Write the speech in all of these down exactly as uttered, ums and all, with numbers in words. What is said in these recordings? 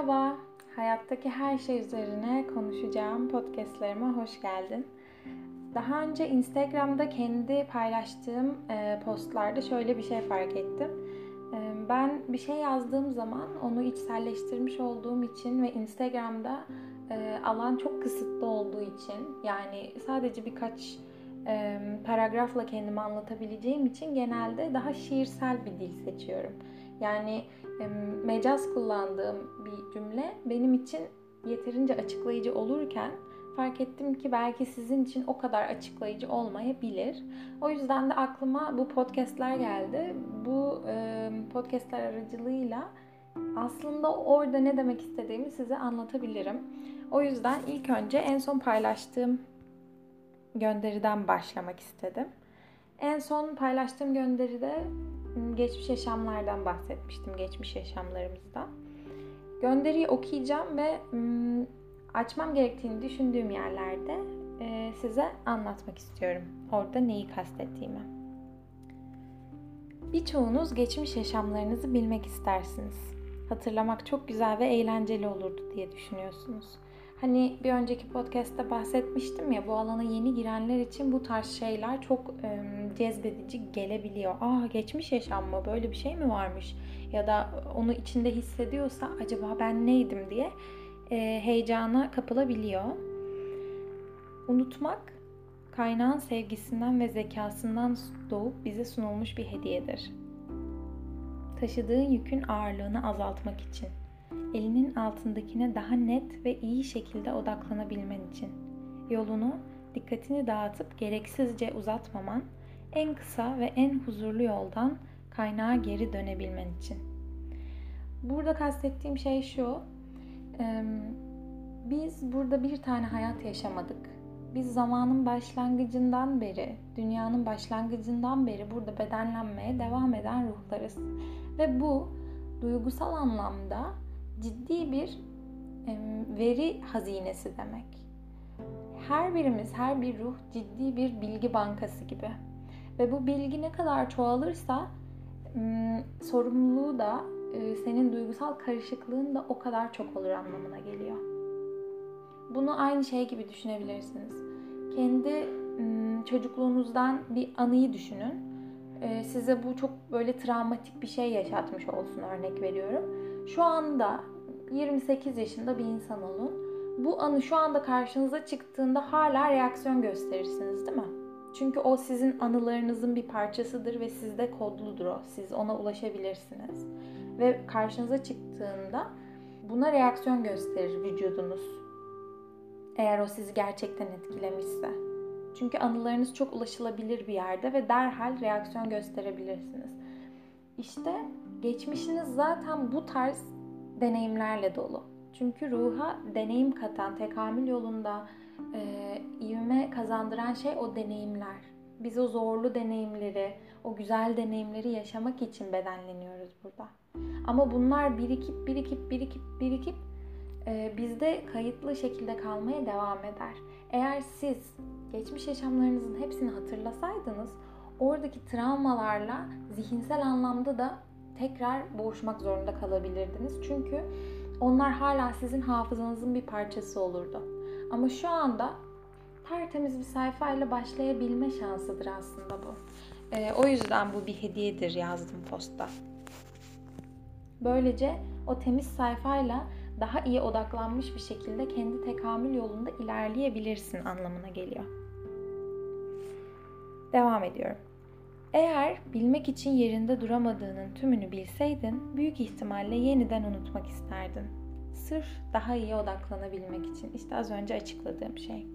Merhaba, hayattaki her şey üzerine konuşacağım podcastlerime hoş geldin. Daha önce Instagram'da kendi paylaştığım postlarda şöyle bir şey fark ettim. Ben bir şey yazdığım zaman onu içselleştirmiş olduğum için ve Instagram'da alan çok kısıtlı olduğu için, yani sadece birkaç paragrafla kendimi anlatabileceğim için genelde daha şiirsel bir dil seçiyorum. Yani mecaz kullandığım bir cümle benim için yeterince açıklayıcı olurken fark ettim ki belki sizin için o kadar açıklayıcı olmayabilir. O yüzden de aklıma bu podcastler geldi. Bu e, podcastler aracılığıyla aslında orada ne demek istediğimi size anlatabilirim. O yüzden ilk önce en son paylaştığım gönderiden başlamak istedim. En son paylaştığım gönderide geçmiş yaşamlardan bahsetmiştim, geçmiş yaşamlarımızdan. Gönderiyi okuyacağım ve açmam gerektiğini düşündüğüm yerlerde size anlatmak istiyorum orada neyi kastettiğimi. Birçoğunuz geçmiş yaşamlarınızı bilmek istersiniz. Hatırlamak çok güzel ve eğlenceli olurdu diye düşünüyorsunuz. Hani bir önceki podcast'ta bahsetmiştim ya, bu alana yeni girenler için bu tarz şeyler çok e, cezbedici gelebiliyor. Aa, geçmiş yaşam mı? Böyle bir şey mi varmış? Ya da onu içinde hissediyorsa acaba ben neydim diye e, heyecana kapılabiliyor. Unutmak, kaynağın sevgisinden ve zekasından doğup bize sunulmuş bir hediyedir. Taşıdığın yükün ağırlığını azaltmak için. Elinin altındakine daha net ve iyi şekilde odaklanabilmen için. Yolunu, dikkatini dağıtıp gereksizce uzatmaman, en kısa ve en huzurlu yoldan kaynağa geri dönebilmen için. Burada kastettiğim şey şu, biz burada bir tane hayat yaşamadık. Biz zamanın başlangıcından beri, dünyanın başlangıcından beri burada bedenlenmeye devam eden ruhlarız. Ve bu duygusal anlamda ciddi bir veri hazinesi demek. Her birimiz, her bir ruh ciddi bir bilgi bankası gibi. Ve bu bilgi ne kadar çoğalırsa sorumluluğu da, senin duygusal karışıklığın da o kadar çok olur anlamına geliyor. Bunu aynı şey gibi düşünebilirsiniz. Kendi çocukluğunuzdan bir anıyı düşünün. Size bu çok böyle travmatik bir şey yaşatmış olsun, örnek veriyorum. Şu anda yirmi sekiz yaşında bir insan olun. Bu anı şu anda karşınıza çıktığında hala reaksiyon gösterirsiniz, değil mi? Çünkü o sizin anılarınızın bir parçasıdır ve sizde kodludur o. Siz ona ulaşabilirsiniz. Ve karşınıza çıktığında buna reaksiyon gösterir vücudunuz. Eğer o sizi gerçekten etkilemişse. Çünkü anılarınız çok ulaşılabilir bir yerde ve derhal reaksiyon gösterebilirsiniz. İşte geçmişiniz zaten bu tarz deneyimlerle dolu. Çünkü ruha deneyim katan, tekamül yolunda e, ivme kazandıran şey o deneyimler. Biz o zorlu deneyimleri, o güzel deneyimleri yaşamak için bedenleniyoruz burada. Ama bunlar birikip birikip birikip birikip e, bizde kayıtlı şekilde kalmaya devam eder. Eğer siz geçmiş yaşamlarınızın hepsini hatırlasaydınız, oradaki travmalarla zihinsel anlamda da tekrar boğuşmak zorunda kalabilirdiniz. Çünkü onlar hala sizin hafızanızın bir parçası olurdu. Ama şu anda tertemiz bir sayfayla başlayabilme şansıdır aslında bu. Ee, o yüzden bu bir hediyedir yazdım postta. Böylece o temiz sayfayla daha iyi odaklanmış bir şekilde kendi tekamül yolunda ilerleyebilirsin anlamına geliyor. Devam ediyorum. Eğer bilmek için yerinde duramadığının tümünü bilseydin, büyük ihtimalle yeniden unutmak isterdin. Sırf daha iyi odaklanabilmek için. İşte az önce açıkladığım şey.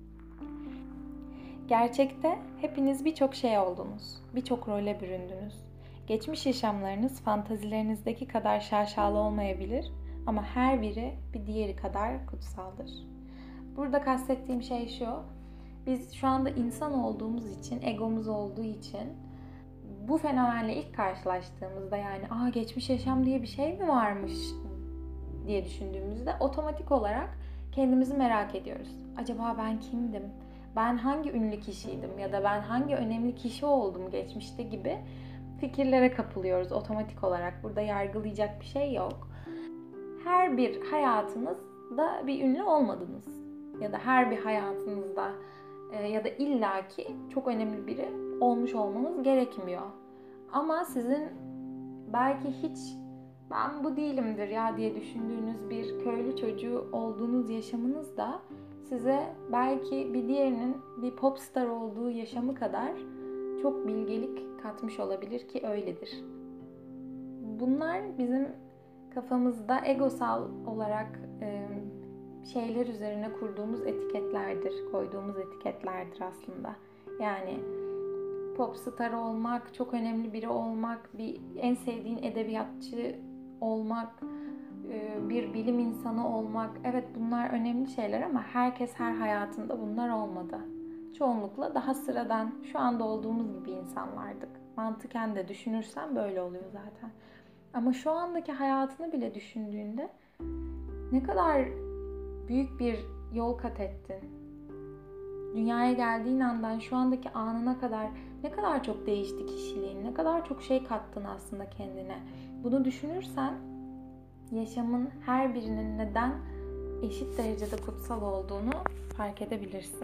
Gerçekte hepiniz birçok şey oldunuz, birçok role büründünüz. Geçmiş yaşamlarınız fantazilerinizdeki kadar şaşalı olmayabilir ama her biri bir diğeri kadar kutsaldır. Burada kastettiğim şey şu, biz şu anda insan olduğumuz için, egomuz olduğu için bu fenomenle ilk karşılaştığımızda, yani aa geçmiş yaşam diye bir şey mi varmış diye düşündüğümüzde otomatik olarak kendimizi merak ediyoruz. Acaba ben kimdim? Ben hangi ünlü kişiydim ya da ben hangi önemli kişi oldum geçmişte gibi fikirlere kapılıyoruz otomatik olarak. Burada yargılayacak bir şey yok. her bir hayatınızda bir ünlü olmadınız. Ya da her bir hayatınızda e, ya da illaki çok önemli biri olmuş olmanız gerekmiyor. Ama sizin belki hiç ben bu değilimdir ya diye düşündüğünüz bir köylü çocuğu olduğunuz yaşamınız da size belki bir diğerinin bir popstar olduğu yaşamı kadar çok bilgelik katmış olabilir ki öyledir. Bunlar bizim kafamızda egosal olarak e, şeyler üzerine kurduğumuz etiketlerdir, koyduğumuz etiketlerdir aslında. Yani popstar olmak, çok önemli biri olmak, bir en sevdiğin edebiyatçı olmak, bir bilim insanı olmak. Evet, bunlar önemli şeyler ama herkes her hayatında bunlar olmadı. Çoğunlukla daha sıradan, şu anda olduğumuz gibi insanlardık. Mantıken de düşünürsen böyle oluyor zaten. Ama şu andaki hayatını bile düşündüğünde ne kadar büyük bir yol kat ettin. Dünyaya geldiğin andan şu andaki anına kadar ne kadar çok değişti kişiliğin, ne kadar çok şey kattın aslında kendine. Bunu düşünürsen yaşamın her birinin neden eşit derecede kutsal olduğunu fark edebilirsin.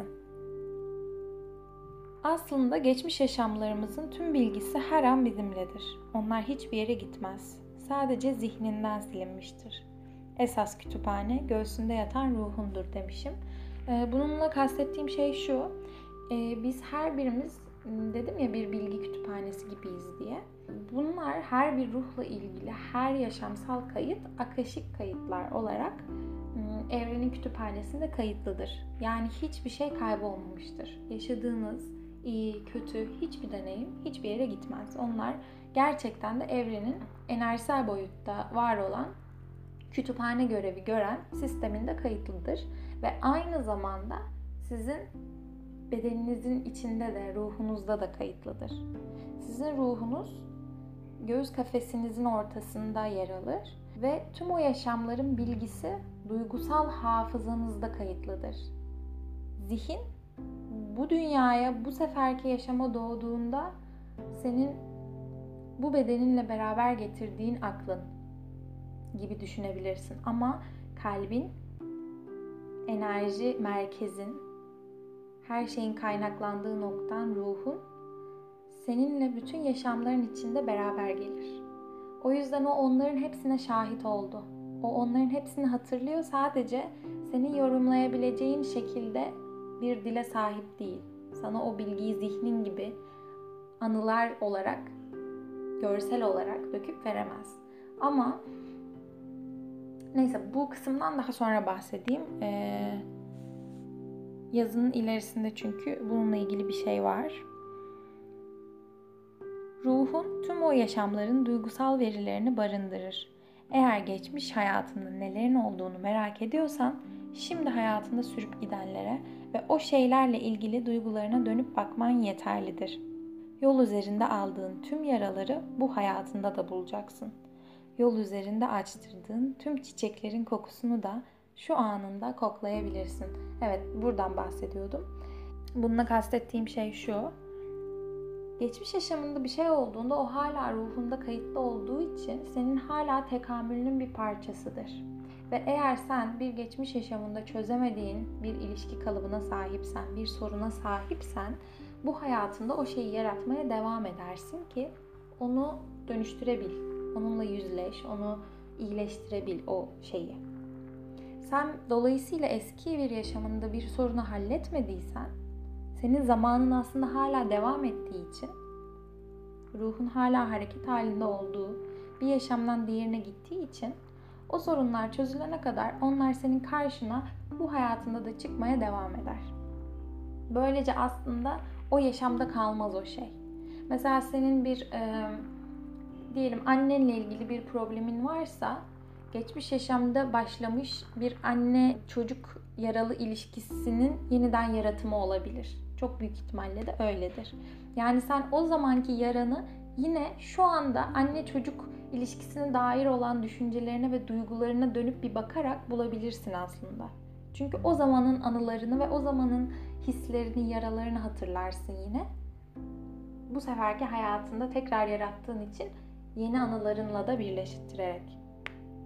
Aslında geçmiş yaşamlarımızın tüm bilgisi her an bizimledir. Onlar hiçbir yere gitmez. Sadece zihninden silinmiştir. Esas kütüphane göğsünde yatan ruhundur demişim. Bununla kastettiğim şey şu. Biz her birimiz, dedim ya, bir bilgi kütüphanesi gibiyiz diye. Bunlar her bir ruhla ilgili her yaşamsal kayıt akaşik kayıtlar olarak evrenin kütüphanesinde kayıtlıdır. Yani hiçbir şey kaybolmamıştır. Yaşadığınız iyi, kötü hiçbir deneyim hiçbir yere gitmez. Onlar gerçekten de evrenin enerjisel boyutta var olan kütüphane görevi gören sisteminde kayıtlıdır. Ve aynı zamanda sizin bedeninizin içinde de, ruhunuzda da kayıtlıdır. Sizin ruhunuz göğüs kafesinizin ortasında yer alır ve tüm o yaşamların bilgisi duygusal hafızanızda kayıtlıdır. Zihin bu dünyaya, bu seferki yaşama doğduğunda senin bu bedeninle beraber getirdiğin aklın gibi düşünebilirsin. Ama kalbin, enerji merkezin, her şeyin kaynaklandığı noktan, ruhun seninle bütün yaşamların içinde beraber gelir. O yüzden o onların hepsine şahit oldu. O onların hepsini hatırlıyor. Sadece senin yorumlayabileceğin şekilde bir dile sahip değil. Sana o bilgiyi zihnin gibi anılar olarak, görsel olarak döküp veremez. Ama neyse, bu kısımdan daha sonra bahsedeyim. Ee, yazının ilerisinde çünkü bununla ilgili bir şey var. Ruhun tüm o yaşamların duygusal verilerini barındırır. Eğer geçmiş hayatında nelerin olduğunu merak ediyorsan, şimdi hayatında sürüp gidenlere ve o şeylerle ilgili duygularına dönüp bakman yeterlidir. Yol üzerinde aldığın tüm yaraları bu hayatında da bulacaksın. Yol üzerinde açtırdığın tüm çiçeklerin kokusunu da şu anında koklayabilirsin. Evet, buradan bahsediyordum. Bununla kastettiğim şey şu. Geçmiş yaşamında bir şey olduğunda o hala ruhunda kayıtlı olduğu için senin hala tekamülünün bir parçasıdır. Ve eğer sen bir geçmiş yaşamında çözemediğin bir ilişki kalıbına sahipsen, bir soruna sahipsen, bu hayatında o şeyi yaratmaya devam edersin ki onu dönüştürebil, onunla yüzleş, onu iyileştirebil o şeyi. Sen dolayısıyla eski bir yaşamında bir sorunu halletmediysen, senin zamanın aslında hala devam ettiği için, ruhun hala hareket halinde olduğu bir yaşamdan diğerine gittiği için, o sorunlar çözülene kadar onlar senin karşına bu hayatında da çıkmaya devam eder. Böylece aslında o yaşamda kalmaz o şey. Mesela senin bir e, diyelim annenle ilgili bir problemin varsa, geçmiş yaşamda başlamış bir anne çocuk yaralı ilişkisinin yeniden yaratımı olabilir. Çok büyük ihtimalle de öyledir. Yani sen o zamanki yaranı yine şu anda anne çocuk ilişkisine dair olan düşüncelerine ve duygularına dönüp bir bakarak bulabilirsin aslında. Çünkü o zamanın anılarını ve o zamanın hislerini, yaralarını hatırlarsın yine. Bu seferki hayatında tekrar yarattığın için yeni anılarınla da birleştirerek.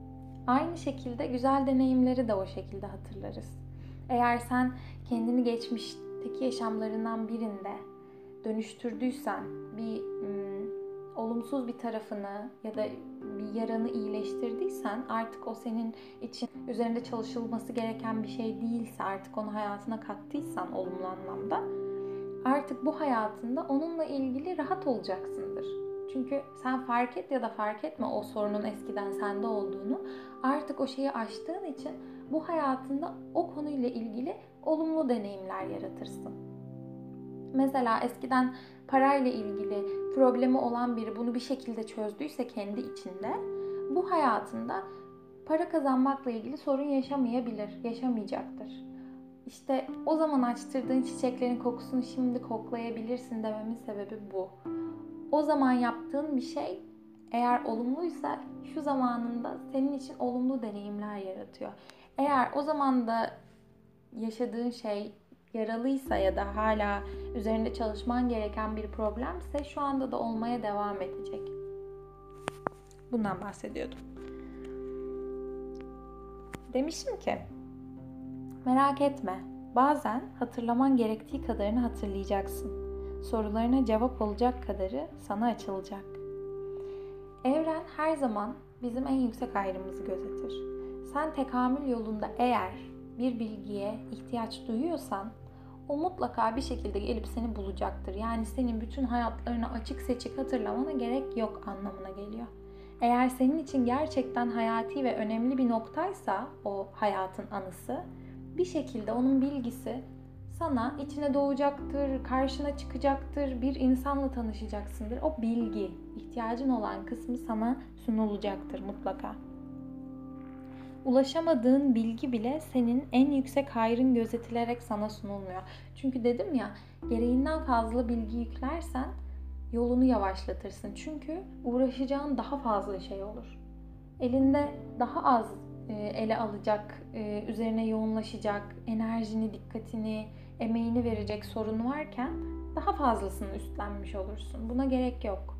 Aynı şekilde güzel deneyimleri de o şekilde hatırlarız. Eğer sen kendini geçmişteki yaşamlarından birinde dönüştürdüysen, bir ım, olumsuz bir tarafını ya da bir yaranı iyileştirdiysen, artık o senin için üzerinde çalışılması gereken bir şey değilse, artık onu hayatına kattıysan olumlu anlamda, artık bu hayatında onunla ilgili rahat olacaksındır. Çünkü sen fark et ya da fark etme o sorunun eskiden sende olduğunu, artık o şeyi aştığın için bu hayatında o konuyla ilgili olumlu deneyimler yaratırsın. Mesela eskiden parayla ilgili problemi olan biri bunu bir şekilde çözdüyse kendi içinde, bu hayatında para kazanmakla ilgili sorun yaşamayabilir, yaşamayacaktır. İşte o zaman açtırdığın çiçeklerin kokusunu şimdi koklayabilirsin dememin sebebi bu. O zaman yaptığın bir şey eğer olumluysa şu zamanında senin için olumlu deneyimler yaratıyor. Eğer o zaman da yaşadığın şey yaralıysa ya da hala üzerinde çalışman gereken bir problemse, şu anda da olmaya devam edecek. Bundan bahsediyordum. Demişim ki, merak etme, bazen hatırlaman gerektiği kadarını hatırlayacaksın. Sorularına cevap olacak kadarı sana açılacak. Evren her zaman bizim en yüksek hayrımızı gözetir. Sen tekamül yolunda eğer bir bilgiye ihtiyaç duyuyorsan, o mutlaka bir şekilde gelip seni bulacaktır. Yani senin bütün hayatlarını açık seçik hatırlamana gerek yok anlamına geliyor. Eğer senin için gerçekten hayati ve önemli bir noktaysa o hayatın anısı, bir şekilde onun bilgisi sana içine doğacaktır, karşına çıkacaktır, bir insanla tanışacaksındır. O bilgi, ihtiyacın olan kısmı sana sunulacaktır mutlaka. Ulaşamadığın bilgi bile senin en yüksek hayrın gözetilerek sana sunulmuyor. Çünkü dedim ya, gereğinden fazla bilgi yüklersen yolunu yavaşlatırsın. Çünkü uğraşacağın daha fazla şey olur. Elinde daha az ele alacak, üzerine yoğunlaşacak, enerjini, dikkatini, emeğini verecek sorun varken daha fazlasını üstlenmiş olursun. Buna gerek yok.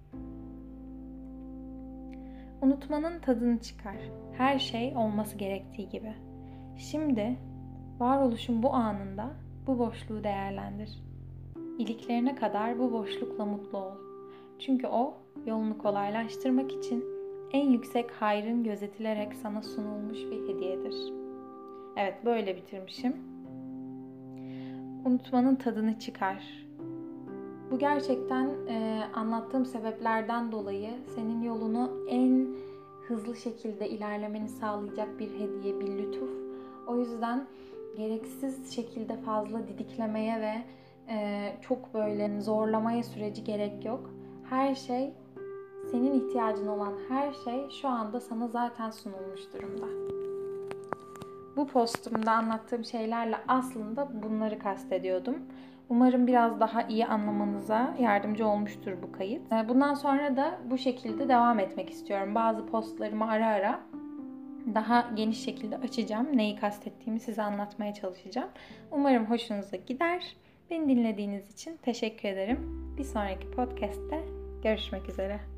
Unutmanın tadını çıkar. Her şey olması gerektiği gibi. Şimdi varoluşun bu anında bu boşluğu değerlendir. İliklerine kadar bu boşlukla mutlu ol. Çünkü o yolunu kolaylaştırmak için en yüksek hayrın gözetilerek sana sunulmuş bir hediyedir. Evet, böyle bitirmişim. Unutmanın tadını çıkar. Bu gerçekten e, anlattığım sebeplerden dolayı senin yolunu en hızlı şekilde ilerlemeni sağlayacak bir hediye, bir lütuf. O yüzden gereksiz şekilde fazla didiklemeye ve e, çok böyle zorlamaya süreci gerek yok. Her şey, senin ihtiyacın olan her şey şu anda sana zaten sunulmuş durumda. Bu postumda anlattığım şeylerle aslında bunları kastediyordum. Umarım biraz daha iyi anlamanıza yardımcı olmuştur bu kayıt. Bundan sonra da bu şekilde devam etmek istiyorum. Bazı postlarımı ara ara daha geniş şekilde açacağım. Neyi kastettiğimi size anlatmaya çalışacağım. Umarım hoşunuza gider. Beni dinlediğiniz için teşekkür ederim. Bir sonraki podcast'te görüşmek üzere.